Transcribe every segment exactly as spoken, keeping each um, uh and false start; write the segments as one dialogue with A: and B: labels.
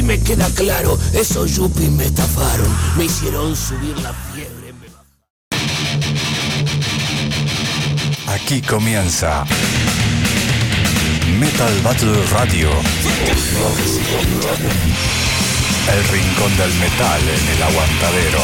A: me queda claro, esos yuppies me estafaron, me hicieron subir la fiebre.
B: Aquí comienza Metal Battle Radio. El rincón del metal en el aguantadero.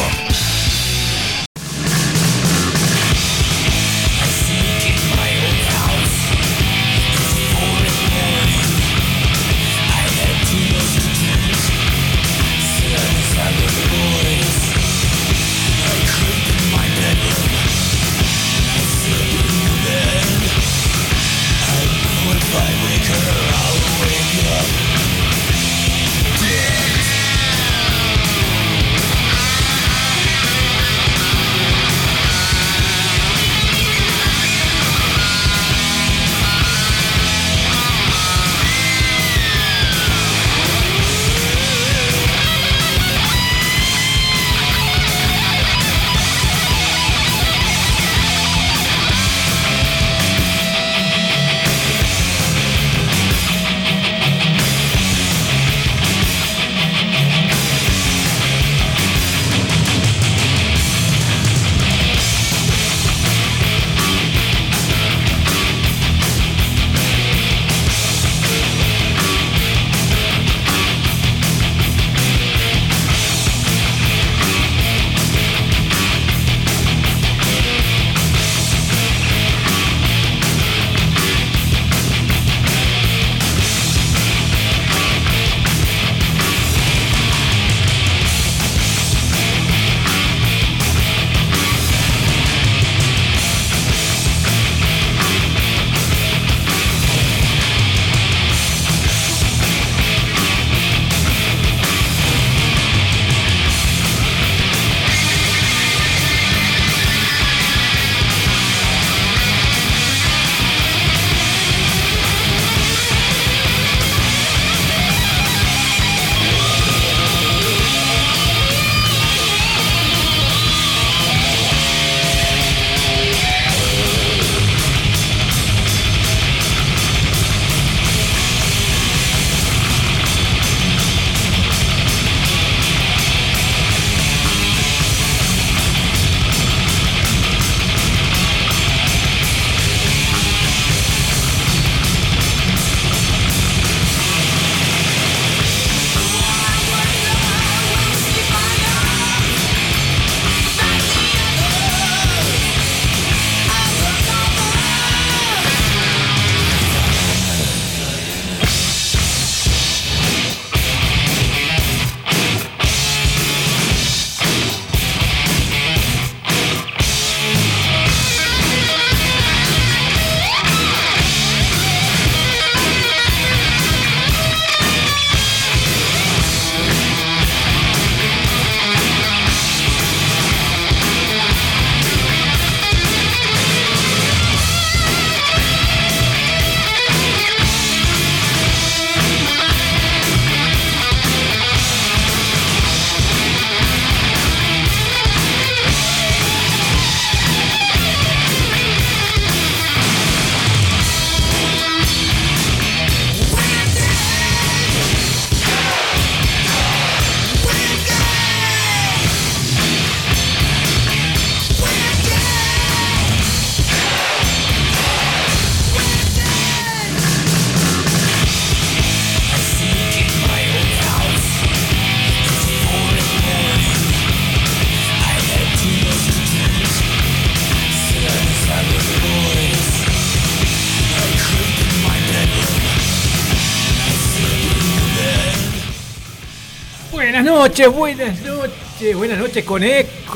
C: Buenas noches, buenas noches, buenas noches con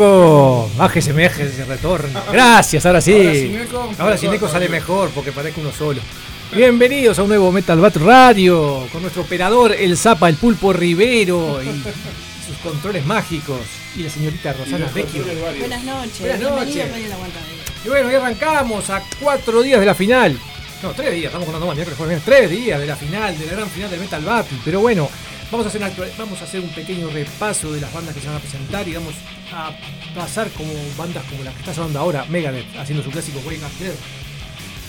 C: eco. Bájese, me deje ese retorno. Gracias, ahora sí. Ahora sin eco, ahora sin eco sale mejor porque parezco uno solo. Bienvenidos a un nuevo Metal Bat Radio con nuestro operador, el Zapa, el Pulpo Rivero y sus controles mágicos. Y la señorita Rosana Vecchio.
D: Buenas noches.
C: Buenas noches. Y bueno, hoy arrancamos a cuatro días de la final. No, tres días, estamos contando más, miércoles, jueves, tres días de la final, de la gran final del Metal Battle. Pero bueno, vamos a, hacer una, vamos a hacer un pequeño repaso de las bandas que se van a presentar y vamos a pasar como bandas como las que está sonando ahora, Megadeth, haciendo su clásico Wake Up Dead.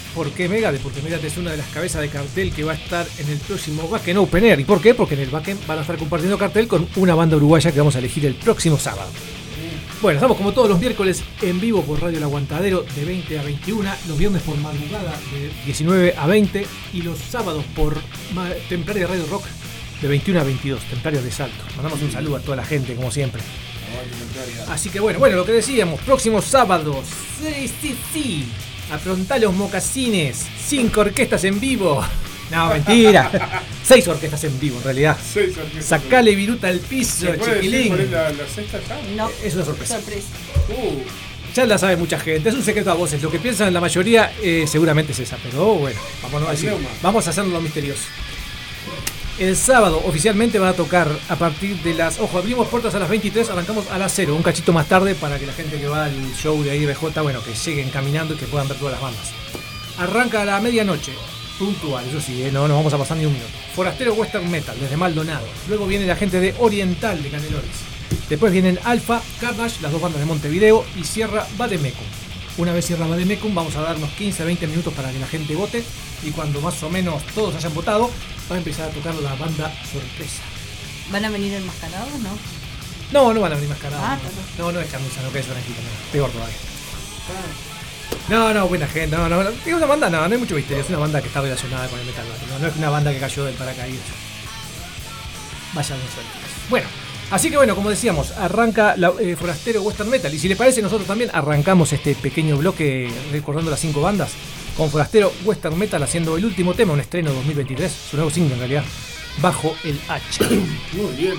C: ¿Por qué Megadeth? Porque Megadeth es una de las cabezas de cartel que va a estar en el próximo Wacken Open Air. ¿Y por qué? Porque en el Wacken van a estar compartiendo cartel con una banda uruguaya que vamos a elegir el próximo sábado. Bueno, estamos como todos los miércoles en vivo por Radio El Aguantadero de veinte a veintiuna, los viernes por madrugada de diecinueve a veinte y los sábados por Templaria Radio Rock de veintiuno a veintidós, Templarios de Salto. Mandamos un saludo a toda la gente, como siempre. Así que bueno, bueno, lo que decíamos, próximos sábados, sí, sí, sí, aprontá los mocasines, cinco orquestas en vivo. No, mentira. Seis orquestas en vivo, en realidad. Seis orquestas. Sacale viruta al piso, chiquilín.
D: ¿Cuál es la, la sexta ya?
E: No.
C: Es una sorpresa.
E: Sorpresa.
D: Uh.
C: Ya la sabe mucha gente, es un secreto a voces. Lo que piensan la mayoría eh, seguramente es esa, pero bueno, vamos a, decir, vamos a hacerlo misterioso. El sábado oficialmente van a tocar a partir de las... Ojo, abrimos puertas a las veintitrés, arrancamos a las cero, un cachito más tarde para que la gente que va al show de I R J, bueno, que lleguen caminando y que puedan ver todas las bandas. Arranca a la medianoche. Puntual, eso sí, ¿eh? no nos vamos a pasar ni un minuto. Forastero Western Metal, desde Maldonado. Luego viene la gente de Oriental, de Canelones. Después vienen Alpha, Carnage, las dos bandas de Montevideo. Y cierra Vademecum. Una vez cierra Vademecum, vamos a darnos quince a veinte minutos para que la gente vote. Y cuando más o menos todos hayan votado, va a empezar a tocar la banda sorpresa.
E: ¿Van a venir enmascarados, no?
C: No, no van a venir mascarados.
E: Ah,
C: no. no, no es chamuza, no, que es franquita, no. Peor todavía. No, no, buena gente, no, no, no. Es una banda, no, no hay mucho misterio, es una banda que está relacionada con el metal, no, no es una banda que cayó del paracaídas. Vaya de sueltas. Bueno, así que bueno, como decíamos, arranca la, eh, Forastero Western Metal, y si le parece nosotros también arrancamos este pequeño bloque recordando las cinco bandas, con Forastero Western Metal haciendo el último tema, un estreno dos mil veintitrés, su nuevo single en realidad, Bajo el Hacha.
D: Muy bien.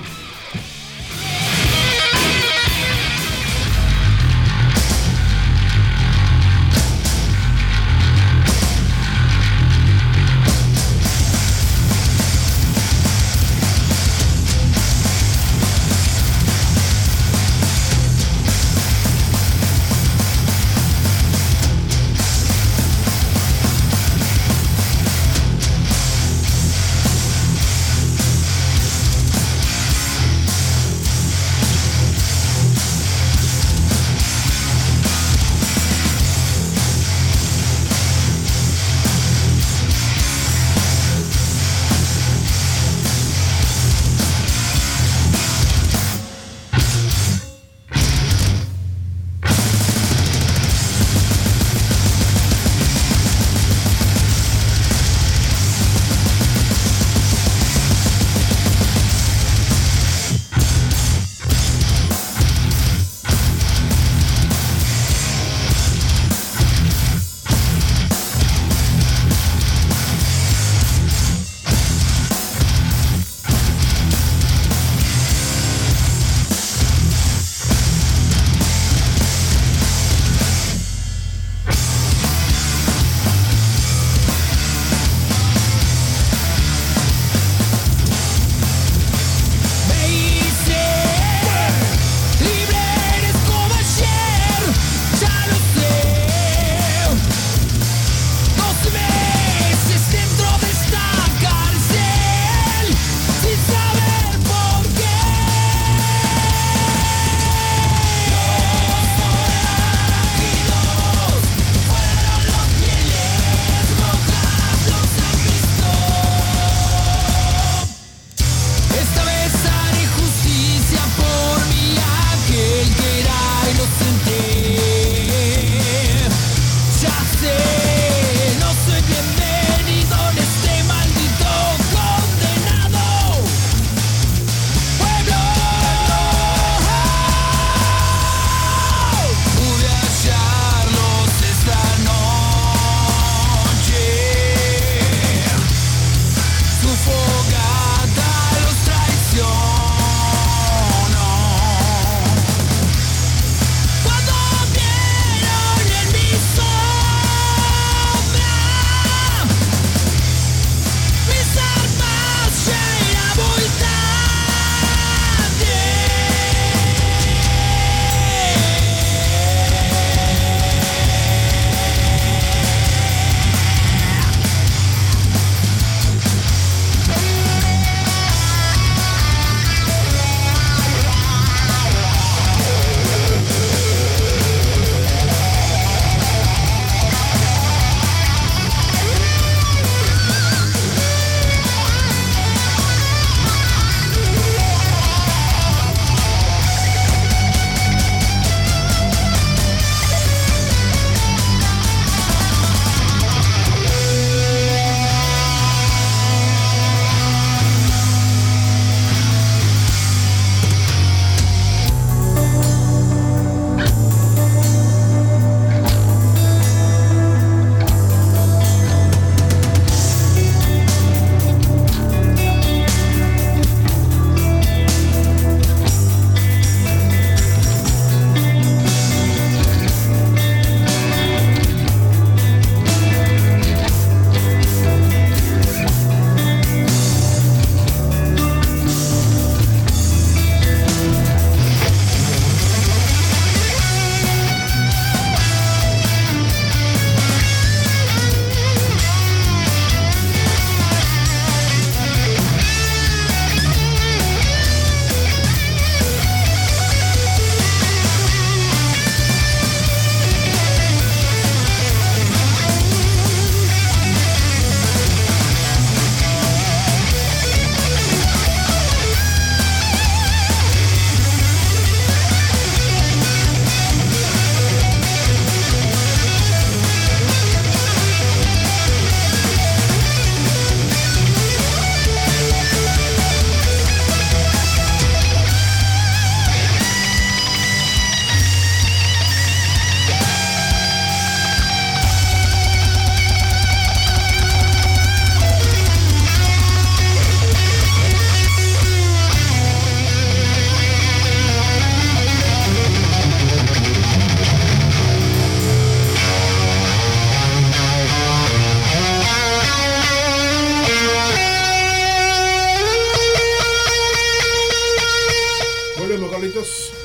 D: Carlitos.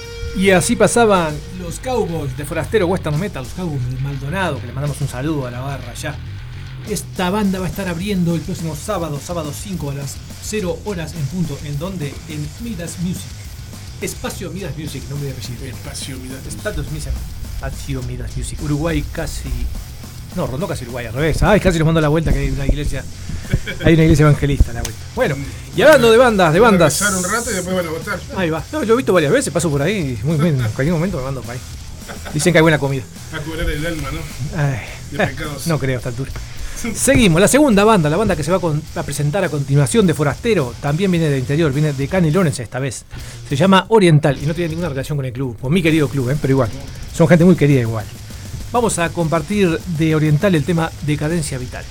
C: Y así pasaban los Cowboys de Forastero Western Metal, los Cowboys de Maldonado, que le mandamos un saludo a la barra ya. Esta banda va a estar abriendo el próximo sábado, sábado cinco a las cero horas en punto. ¿En donde? En Midas Music. Espacio Midas Music, nombre de apellido.
D: Espacio Midas Music.
C: Status Music. Espacio Midas Music. Uruguay casi... No, rondó casi Uruguay, al revés. Ay, casi nos mandó la vuelta que hay una iglesia. Hay una iglesia evangelista a la vuelta. Bueno, y hablando de bandas, de bandas.
D: Van a pasar un rato y después van a votar.
C: Ahí va. No, yo he visto varias veces, paso por ahí. Muy bien, en cualquier momento me mando para ahí. Dicen que hay buena comida.
D: A curar el alma, ¿no?
C: Ay,
D: De
C: eh,
D: pecados.
C: no creo a esta altura. Seguimos, la segunda banda, la banda que se va a, con, a presentar a continuación de Forastero, también viene del interior, viene de Canelones esta vez. Se llama Oriental y no tiene ninguna relación con el club, con mi querido club, ¿eh? Pero igual, son gente muy querida igual. Vamos a compartir de Oriental el tema Decadencia Vital.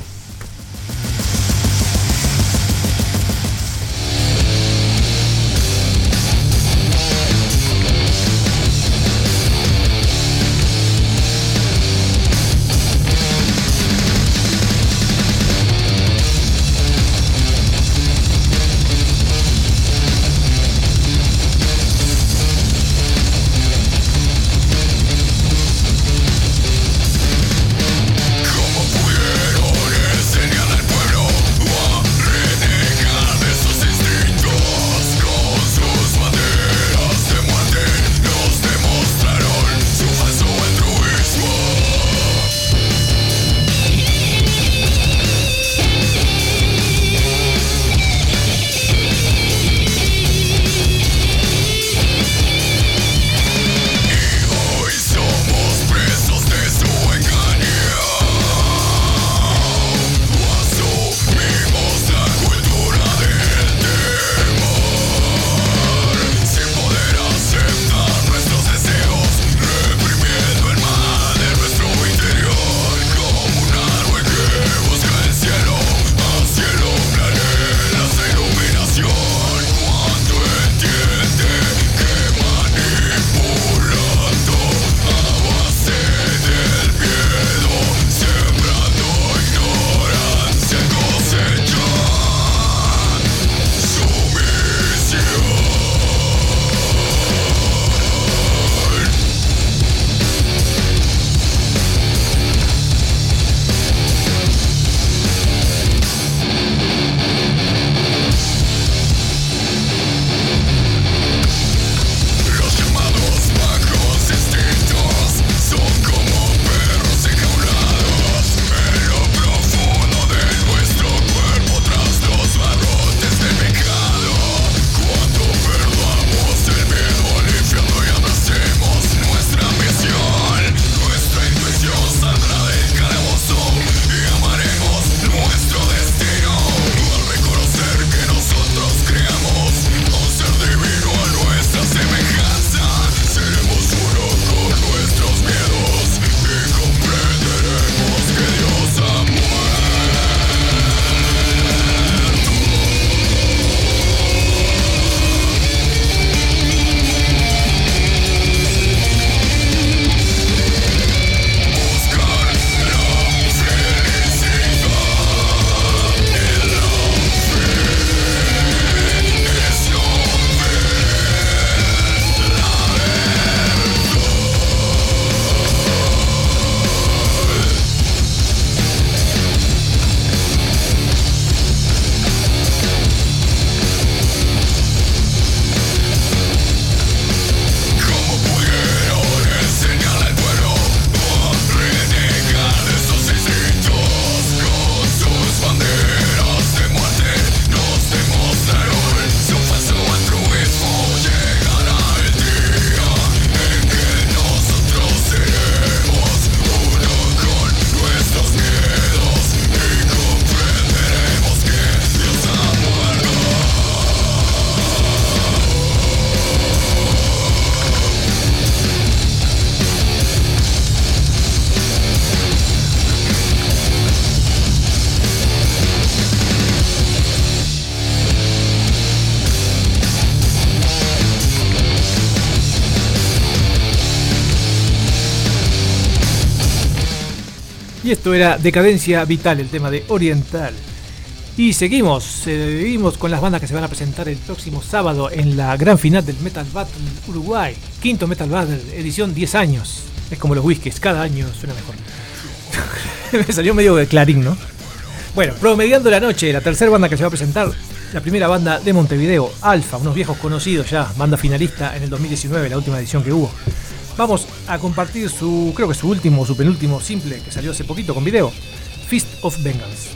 C: Y esto era Decadencia Vital, el tema de Oriental. Y seguimos, seguimos con las bandas que se van a presentar el próximo sábado en la gran final del Metal Battle Uruguay. Quinto Metal Battle, edición diez años. Es como los whiskies, cada año suena mejor. Me salió medio de Clarín, ¿no? Bueno, promediando la noche, la tercera banda que se va a presentar, la primera banda de Montevideo, Alfa, unos viejos conocidos ya, banda finalista en el dos mil diecinueve, la última edición que hubo. Vamos a compartir su, creo que su último o su penúltimo simple que salió hace poquito con video, Fist of Vengeance.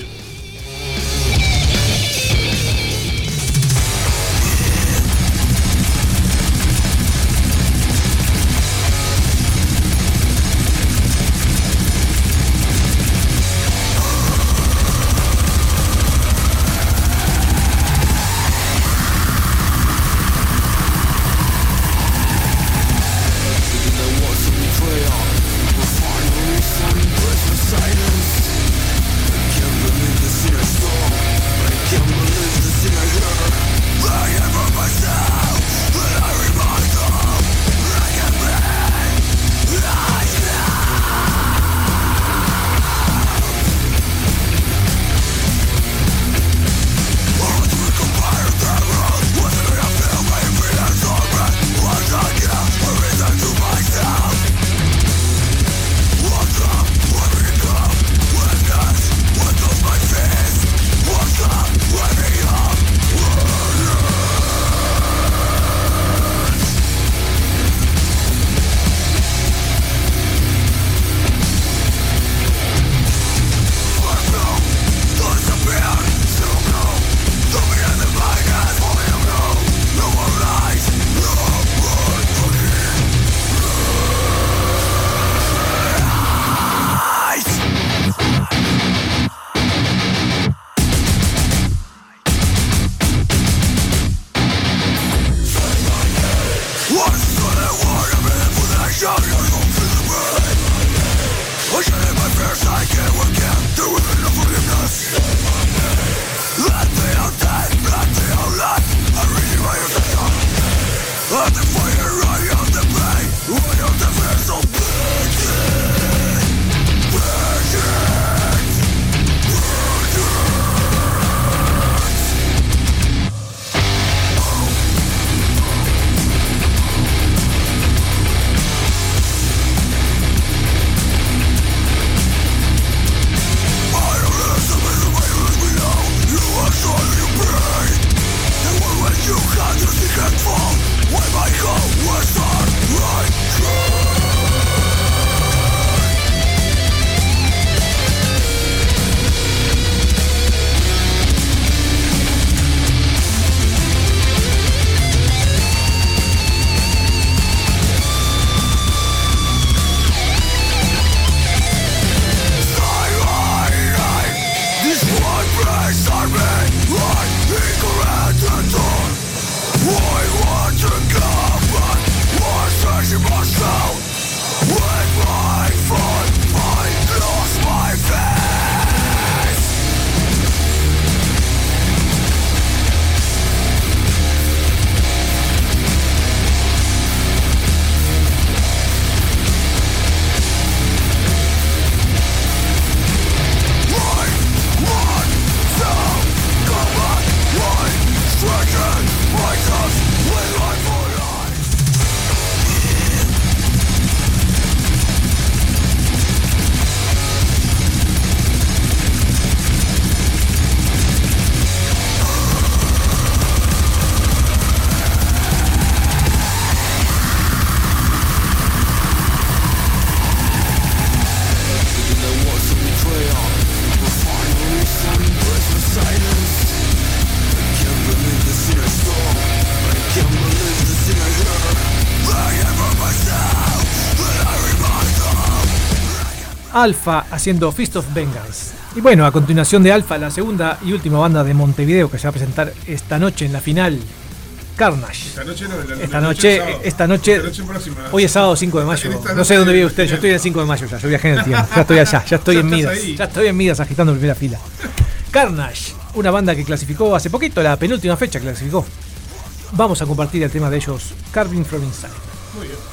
C: Alfa haciendo Fist of Vengeance. Y bueno, a continuación de Alfa, la segunda y última banda de Montevideo que se va a presentar esta noche en la final, Carnage.
D: Esta noche no, la,
C: esta
D: la
C: noche,
D: noche
C: esta noche,
D: esta noche próxima.
C: Hoy es sábado cinco de mayo. No sé dónde vive usted, yo estoy en el cinco de mayo ya, yo viajé en el tiempo. Ya estoy allá, ya estoy
D: Ya
C: en
D: estás
C: Midas,
D: ahí.
C: ya estoy en Midas agitando en primera fila. Carnage, una banda que clasificó hace poquito, la penúltima fecha que clasificó. Vamos a compartir el tema de ellos, Carving from Inside.
D: Muy bien.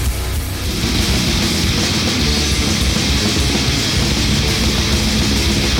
F: We'll be right back.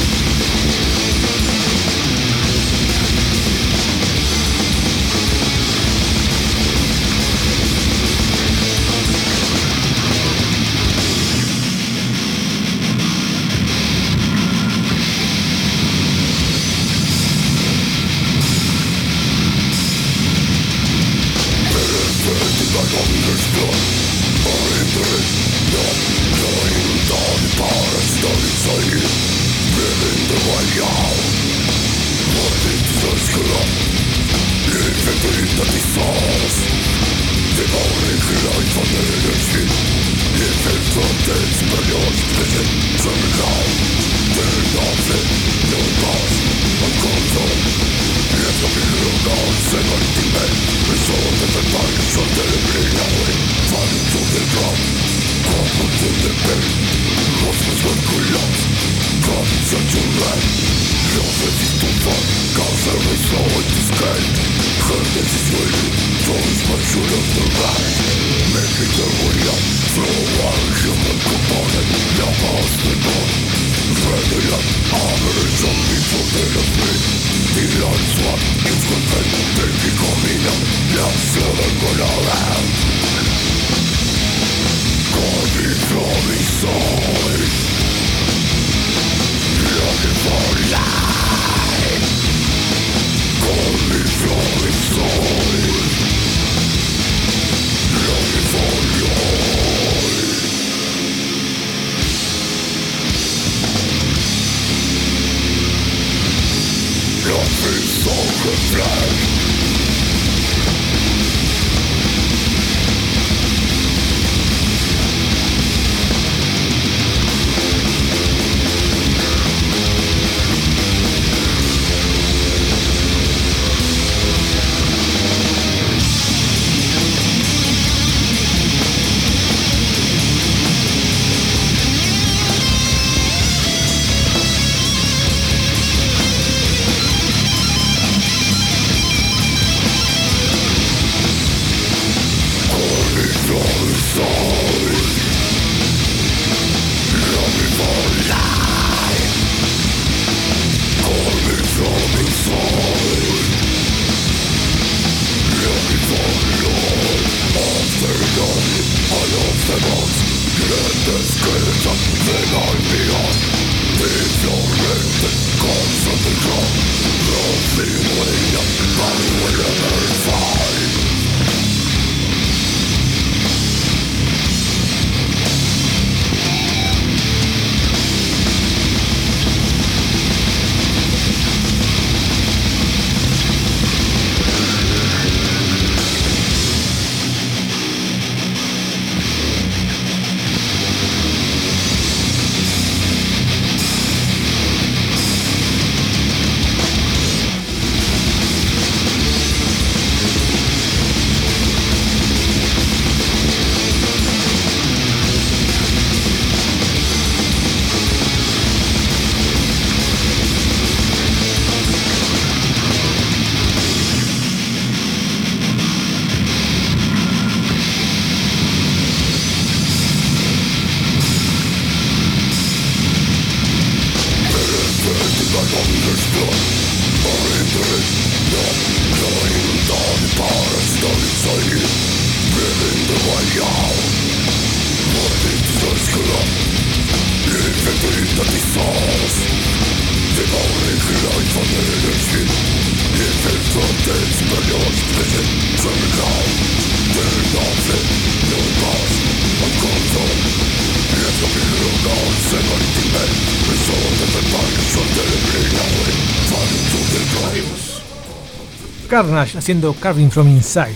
C: Carnage haciendo Carving from Inside.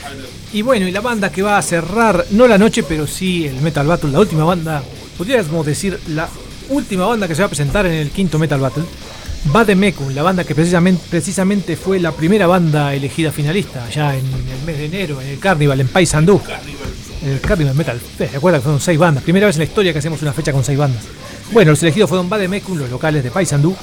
C: Y bueno, y la banda que va a cerrar, no la noche, pero sí el Metal Battle, la última banda, podríamos decir la última banda que se va a presentar en el quinto Metal Battle, Vademecum, la banda que precisamente, precisamente fue la primera banda elegida finalista, allá en el mes de enero, en el Carnival, en Paysandú. En el Carnival Metal Fest, recuerda que fueron seis bandas, primera vez en la historia que hacemos una fecha con seis bandas. Bueno, los elegidos fueron Vademecum, los locales de Paysandú.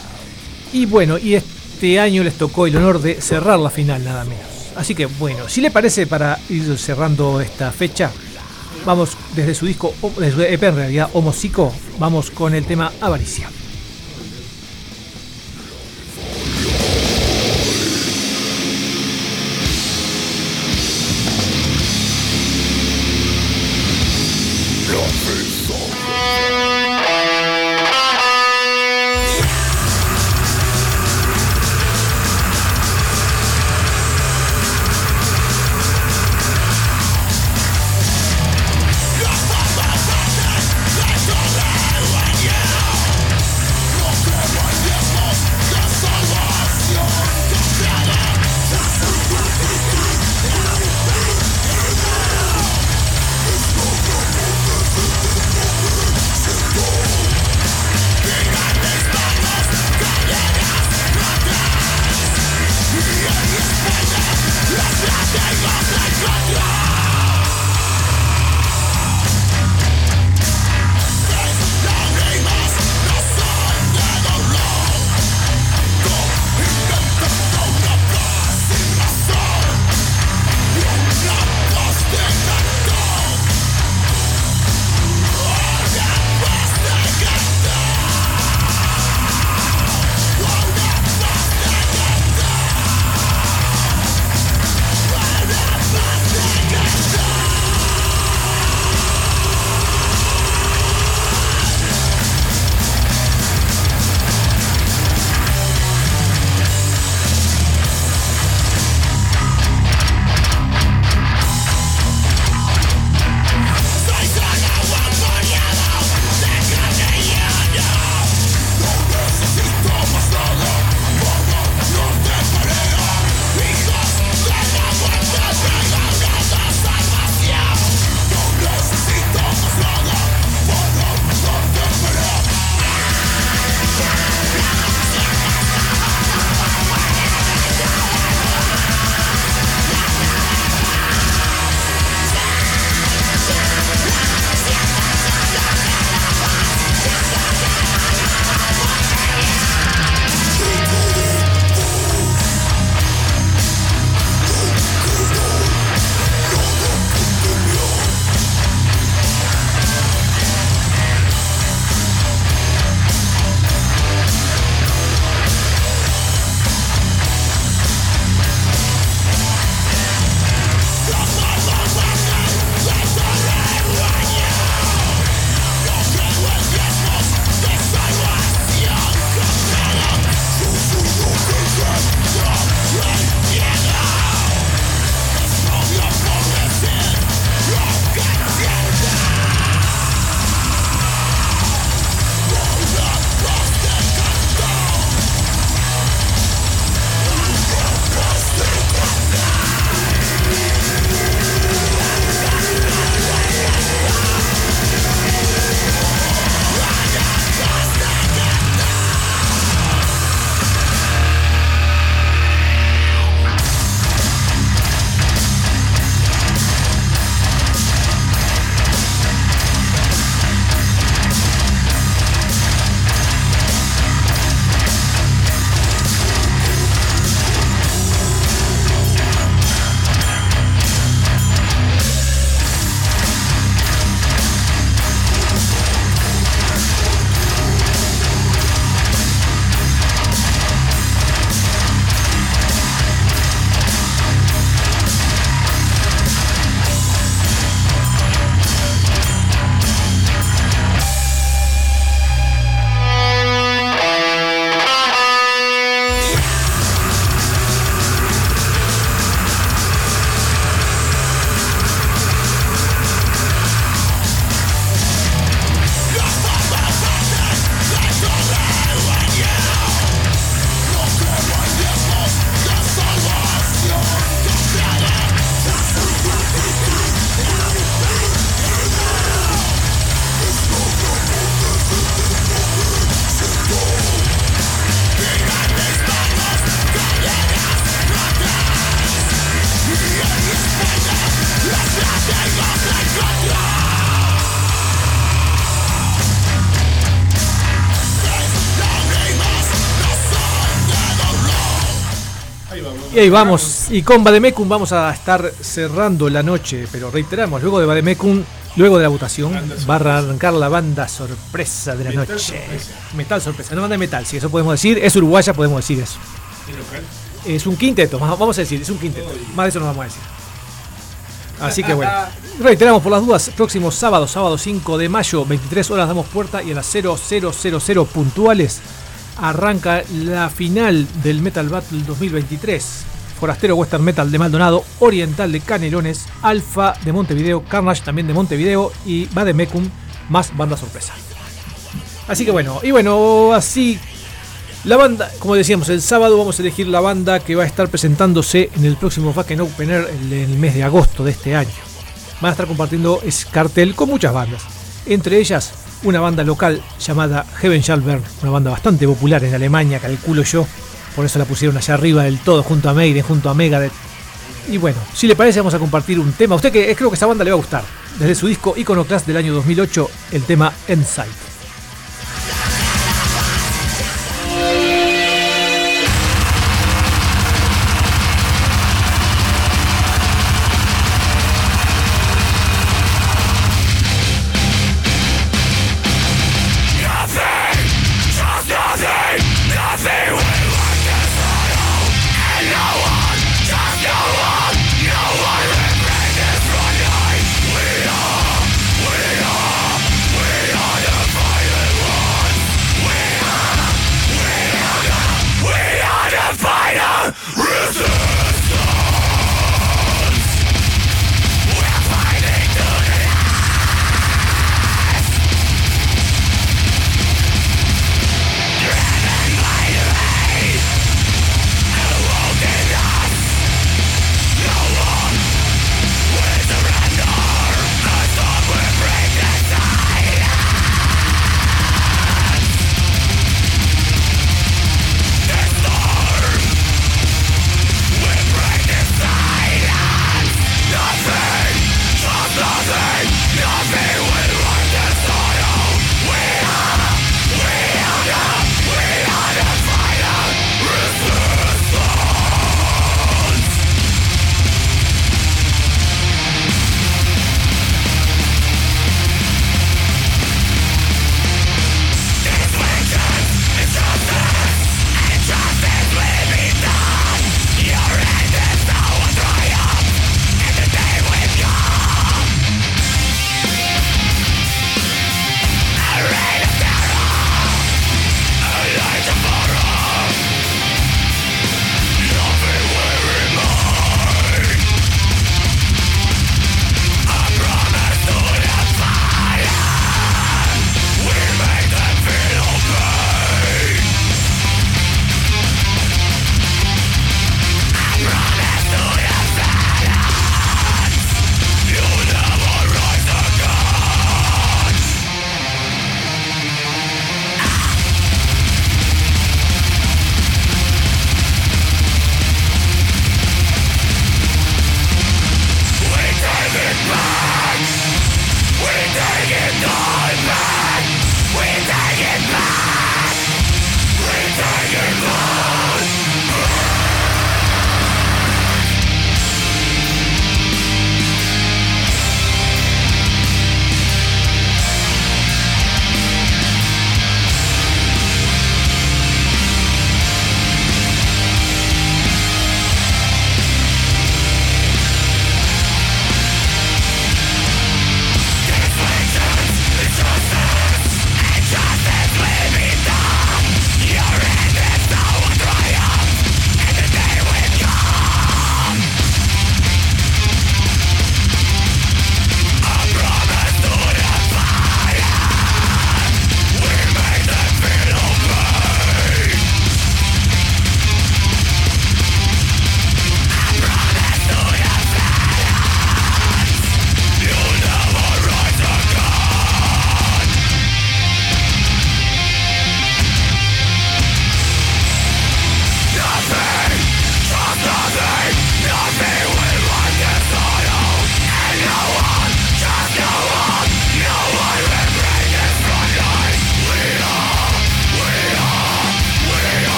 C: Y bueno, y este año les tocó el honor de cerrar la final, nada menos. Así que bueno, si le parece, para ir cerrando esta fecha, vamos desde su disco, desde su E P en realidad, Homocico, vamos con el tema Avaricia.
F: You're
C: Y ahí vamos, y con Vademecum vamos a estar cerrando la noche, pero reiteramos, luego de Vademecum, luego de la votación, va a arrancar la banda sorpresa de la
D: Metal
C: noche.
D: sorpresa.
C: Metal sorpresa, no banda de metal, si eso podemos decir, es uruguaya, podemos decir eso.
D: ¿Y local?
C: Es un quinteto, vamos a decir, es un quinteto, más de eso no vamos a decir. Así que bueno, reiteramos por las dudas, próximo sábado, sábado cinco de mayo, veintitrés horas damos puerta y a las cero cero cero cero puntuales arranca la final del Metal Battle dos mil veintitrés. Forastero Western Metal de Maldonado, Oriental de Canelones, Alfa de Montevideo, Carnage también de Montevideo y Vademecum más banda sorpresa. Así que bueno, y bueno, así la banda, como decíamos, el sábado vamos a elegir la banda que va a estar presentándose en el próximo Wacken Opener en el mes de agosto de este año. Van a estar compartiendo ese cartel con muchas bandas, entre ellas una banda local llamada Heaven Shall Burn, una banda bastante popular en Alemania, calculo yo, por eso la pusieron allá arriba del todo, junto a Maiden, junto a Megadeth. Y bueno, si le parece vamos a compartir un tema, a usted que creo que esa banda le va a gustar, desde su disco Iconoclast del año dos mil ocho, el tema Inside.
F: We are the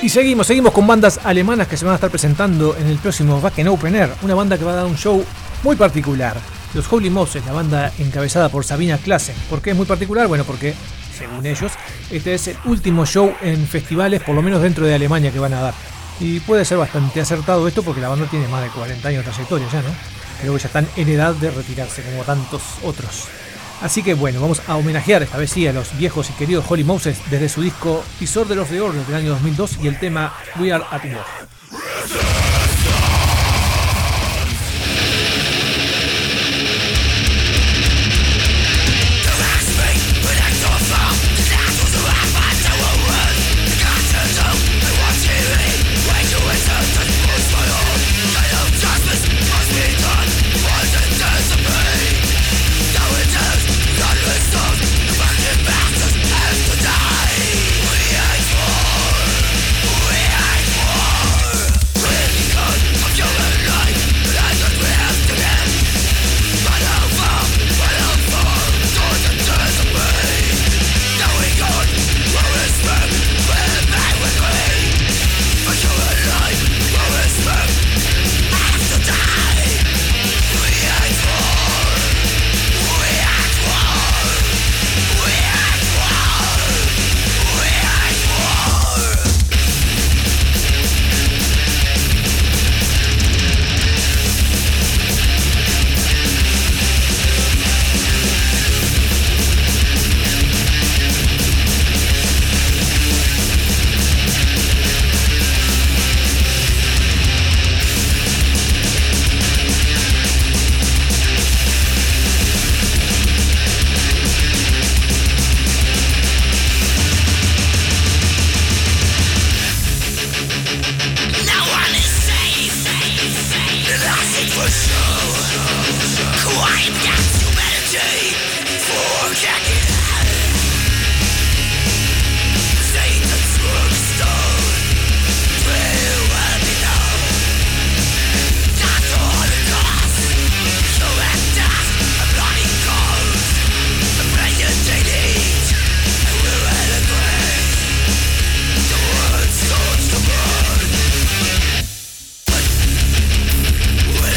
C: Y seguimos, seguimos con bandas alemanas que se van a estar presentando en el próximo Wacken Open Air. Una banda que va a dar un show muy particular. Los Holy Moses, la banda encabezada por Sabina Klassen. ¿Por qué es muy particular? Bueno, porque, según ellos, este es el último show en festivales, por lo menos dentro de Alemania, que van a dar. Y puede ser bastante acertado esto porque la banda tiene más de cuarenta años de trayectoria ya, ¿no? Creo que ya están en edad de retirarse, como tantos otros. Así que bueno, vamos a homenajear esta vez sí a los viejos y queridos Holy Moses desde su disco Disorder of the Order del año dos mil dos y el tema We Are at War.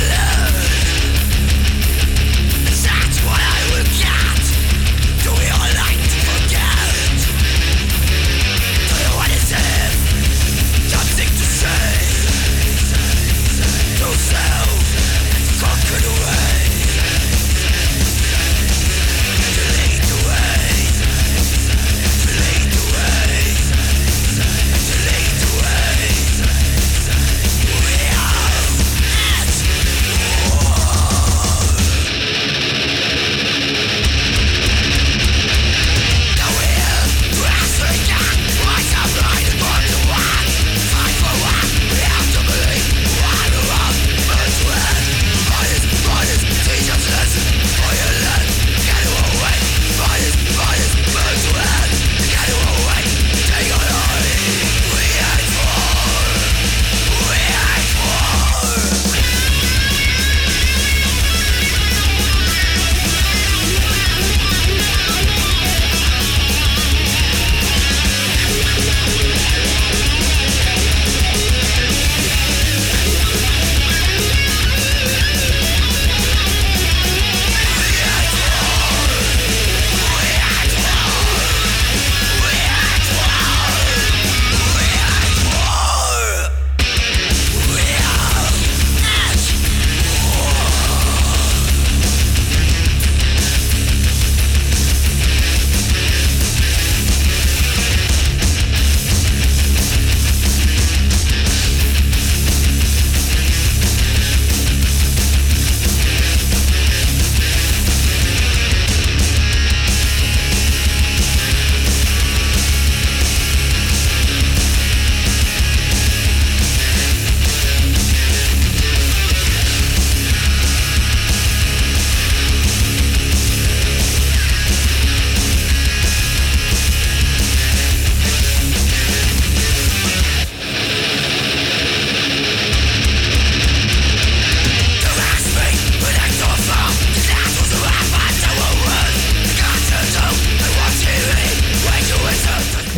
F: We all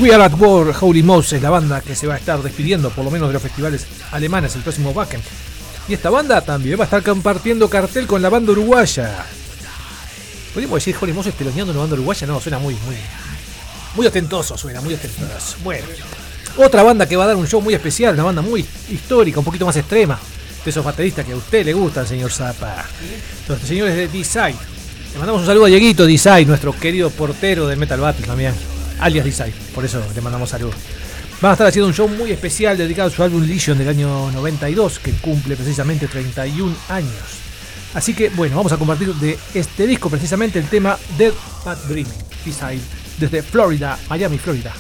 C: We Are At War, Holy Mouse es la banda que se va a estar despidiendo por lo menos de los festivales alemanes el próximo Wacken. Y esta banda también va a estar compartiendo cartel con la banda uruguaya. ¿Podríamos decir Holy Mouse teloneando una banda uruguaya? No, suena muy, muy, muy ostentoso, suena muy ostentoso. Bueno, otra banda que va a dar un show muy especial, una banda muy histórica, un poquito más extrema, de esos bateristas que a usted le gustan, señor Zappa. Los señores de D-Side. Le mandamos un saludo a Dieguito D-Side, nuestro querido portero de Metal Battle también, alias D-Side, por eso le mandamos saludos. Van a estar haciendo un show muy especial dedicado a su álbum Legion del año noventa y dos, que cumple precisamente treinta y un años. Así que bueno, vamos a compartir de este disco precisamente el tema Dead Bad Dreaming, D-Side, desde Florida, Miami, Florida.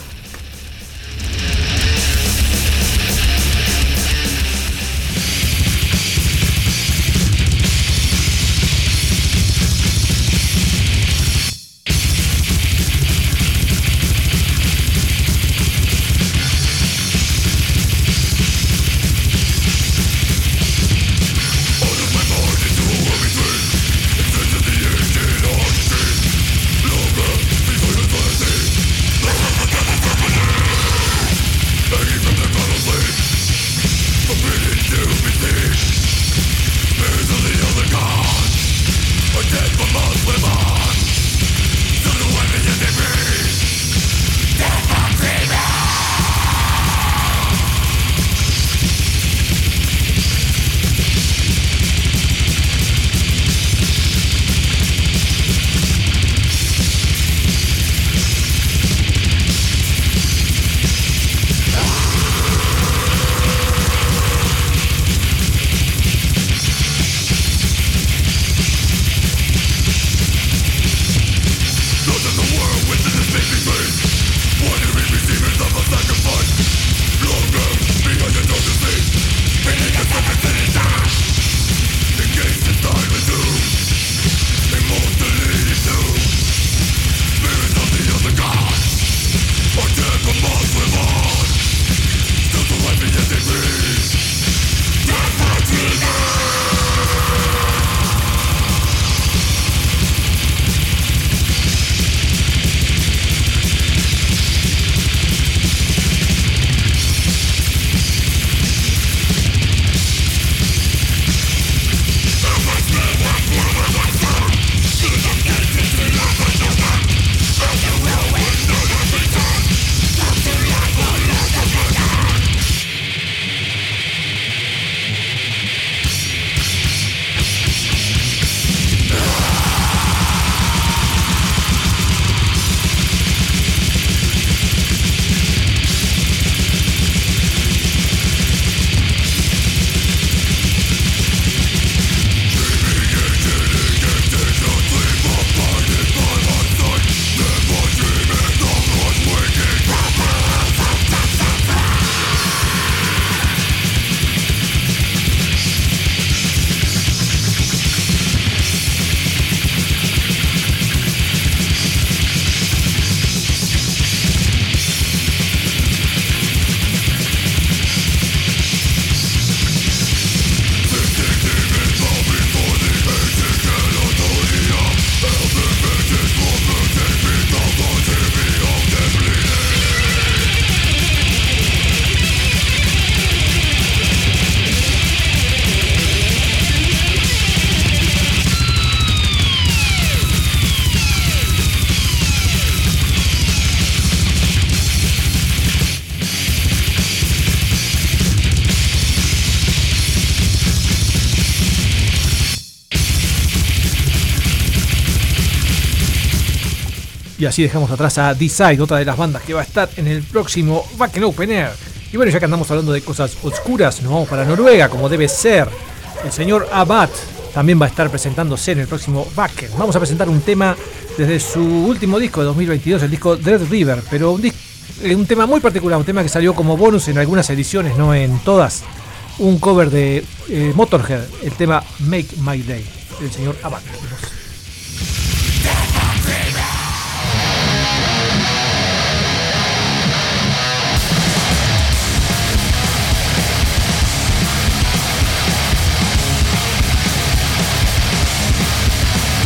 C: Y así dejamos atrás a D-Side, otra de las bandas que va a estar en el próximo Wacken Open Air. Y bueno, ya que andamos hablando de cosas oscuras, nos vamos para Noruega, como debe ser. El señor Abad también va a estar presentándose en el próximo Wacken. Vamos a presentar un tema desde su último disco de dos mil veintidós, el disco Dread River, pero un, disco, un tema muy particular, un tema que salió como bonus en algunas ediciones, no en todas. Un cover de eh, Motorhead, el tema Make My Day, el señor Abad.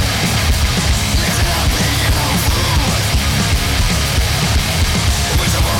F: Which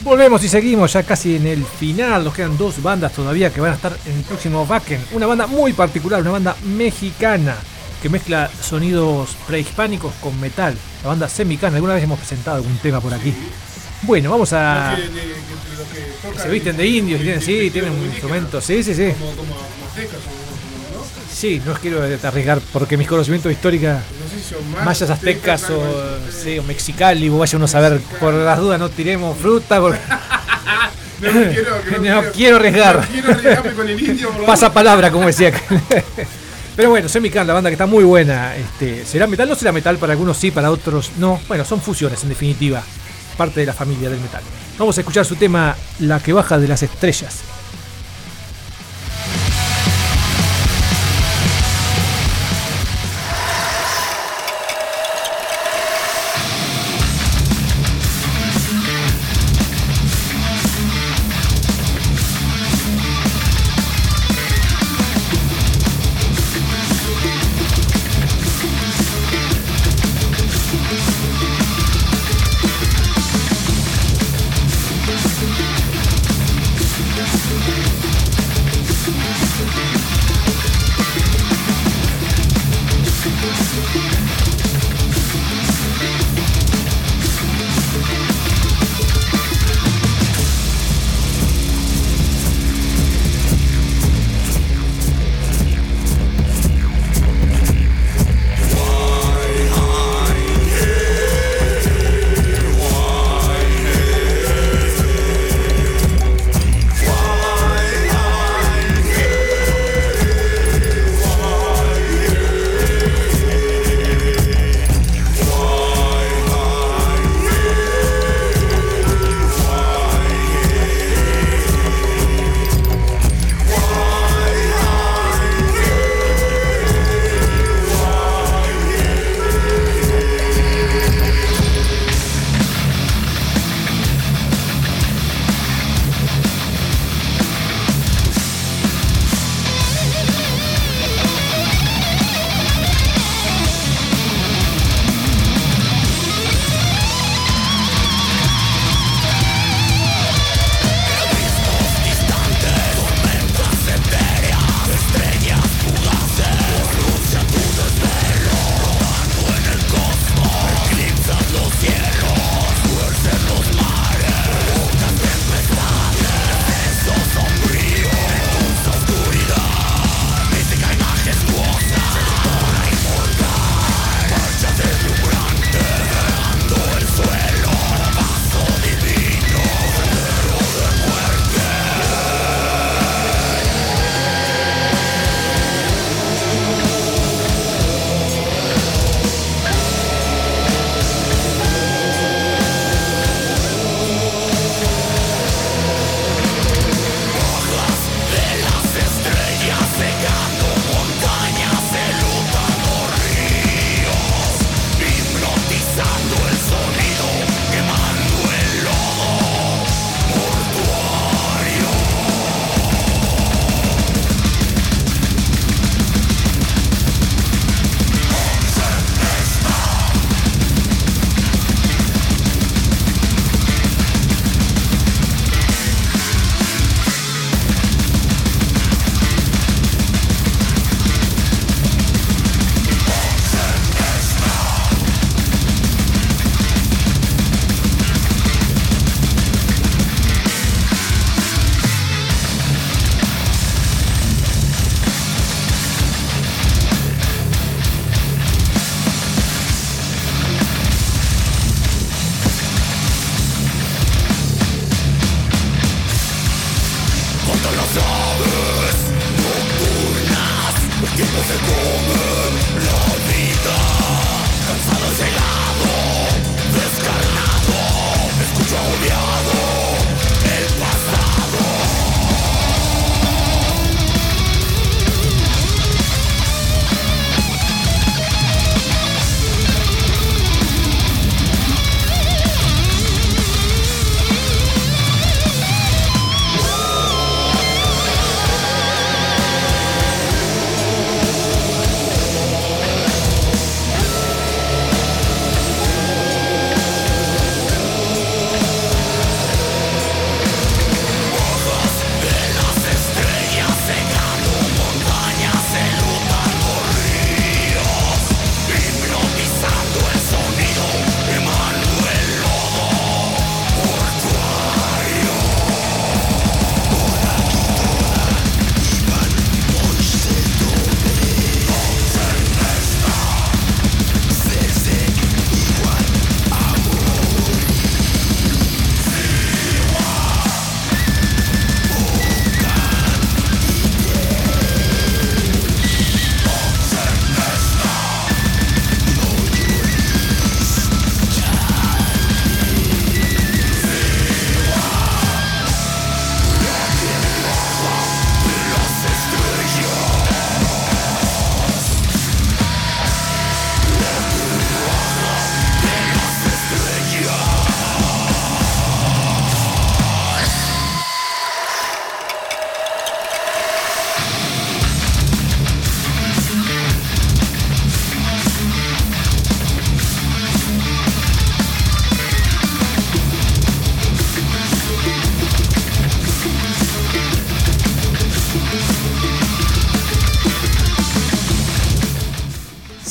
C: Volvemos y seguimos ya casi en el final. Nos quedan dos bandas todavía que van a estar en el próximo Wacken. Una banda muy particular, una banda mexicana que mezcla sonidos prehispánicos con metal. La banda Semicana. Alguna vez hemos presentado algún tema por aquí. Bueno, vamos a...
D: Lo que- de- de- de- lo que tocan-
C: Se visten de indios, y tienen, sí, tienen un instrumento. Sí, sí, sí.
D: Como, como, como aztecas, o- ¿no?
C: Sí, no quiero arriesgar porque mis conocimientos de histórica,
D: No sé si son más
C: mayas, aztecas
D: algo
C: o,
D: así.
C: sí, o mexicali, o vaya uno a saber. Por las dudas no tiremos fruta porque
D: No, no quiero, que
C: no quiero arriesgar.
D: No quiero arriesgarme con el indio. por lo
C: Pasa
D: menos.
C: palabra, como decía. Pero bueno, Semican, la banda que está muy buena. Este, ¿será metal? No será metal, para algunos sí, para otros no. Bueno, son fusiones en definitiva. Parte de la familia del metal. Vamos a escuchar su tema La que baja de las estrellas.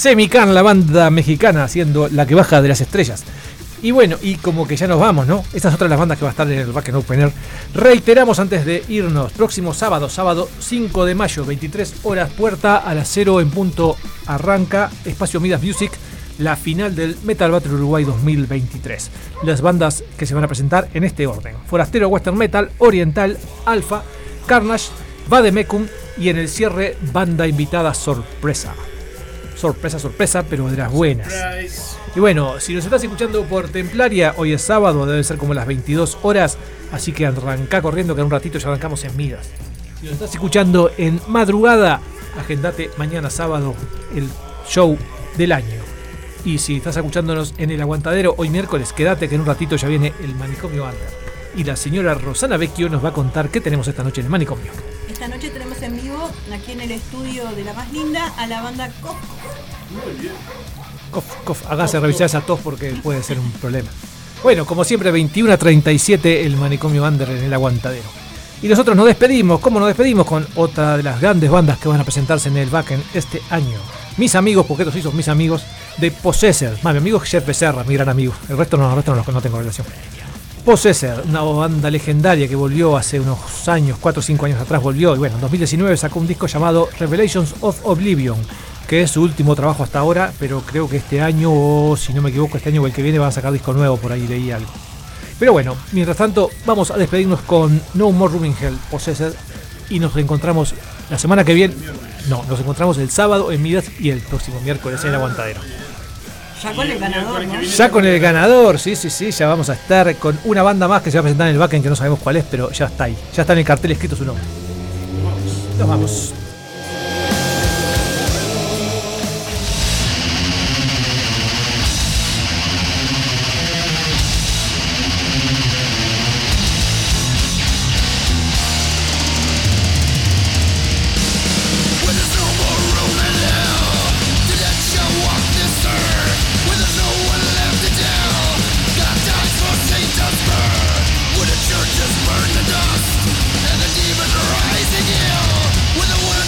C: Semican, la banda mexicana, haciendo La que baja de las estrellas. Y bueno, y como que ya nos vamos, ¿no? Esta es otra de las bandas que va a estar en el Back and Opener. Reiteramos antes de irnos, próximo sábado, sábado cinco de mayo, veintitrés horas, puerta a las cero en punto, arranca Espacio Midas Music, la final del Metal Battle Uruguay dos mil veintitrés. Las bandas que se van a presentar en este orden: Forastero Western Metal, Oriental, Alpha, Carnage, Vademecum y en el cierre, banda invitada sorpresa. Sorpresa, sorpresa, pero de las buenas. Y bueno, si nos estás escuchando por Templaria, hoy es sábado, debe ser como las veintidós horas, así que arrancá corriendo que en un ratito ya arrancamos en Midas. Si nos estás escuchando en madrugada, agendate mañana sábado el show del año. Y si estás escuchándonos en el Aguantadero hoy miércoles, quédate que en un ratito ya viene el Manicomio Under. Y la señora Rosana Vecchio nos va a contar qué tenemos esta noche en el Manicomio.
E: Esta noche tenemos en vivo, aquí en el estudio de La Más Linda, a la banda Cof.
D: Muy bien.
C: Cof, cof, hágase revisar esa tos porque puede ser un problema. Bueno, como siempre, veintiuno a treinta y siete el Manicomio Under en el Aguantadero. Y nosotros nos despedimos, ¿cómo nos despedimos? Con otra de las grandes bandas que van a presentarse en el Backend este año. Mis amigos, porque estos sí son mis amigos, de Possessor. Más, mi amigo Jeff Becerra, mi gran amigo. El resto no, el resto no, no tengo relación. Possessor, una banda legendaria que volvió hace unos años, cuatro o cinco años atrás volvió. Y bueno, en dos mil diecinueve sacó un disco llamado Revelations of Oblivion, que es su último trabajo hasta ahora, pero creo que este año, o si no me equivoco, este año o el que viene van a sacar disco nuevo, por ahí leí algo. Pero bueno, mientras tanto, vamos a despedirnos con No More Room in Hell, Possessor, y nos reencontramos la semana que viene. No, nos encontramos el sábado en Midas y el próximo miércoles en el Aguantadero.
E: Ya con el ganador, ¿no?
C: Ya con el ganador, sí, sí, sí, ya vamos a estar con una banda más que se va a presentar en el Backend, que no sabemos cuál es, pero ya está ahí. Ya está en el cartel escrito su nombre. Nos vamos.
A: Churches burn to dust, and the demons rise again with a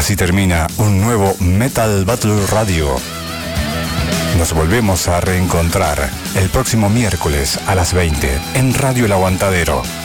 B: Así termina un nuevo Metal Battle Radio. Nos volvemos a reencontrar el próximo miércoles a las veinte en Radio El Aguantadero.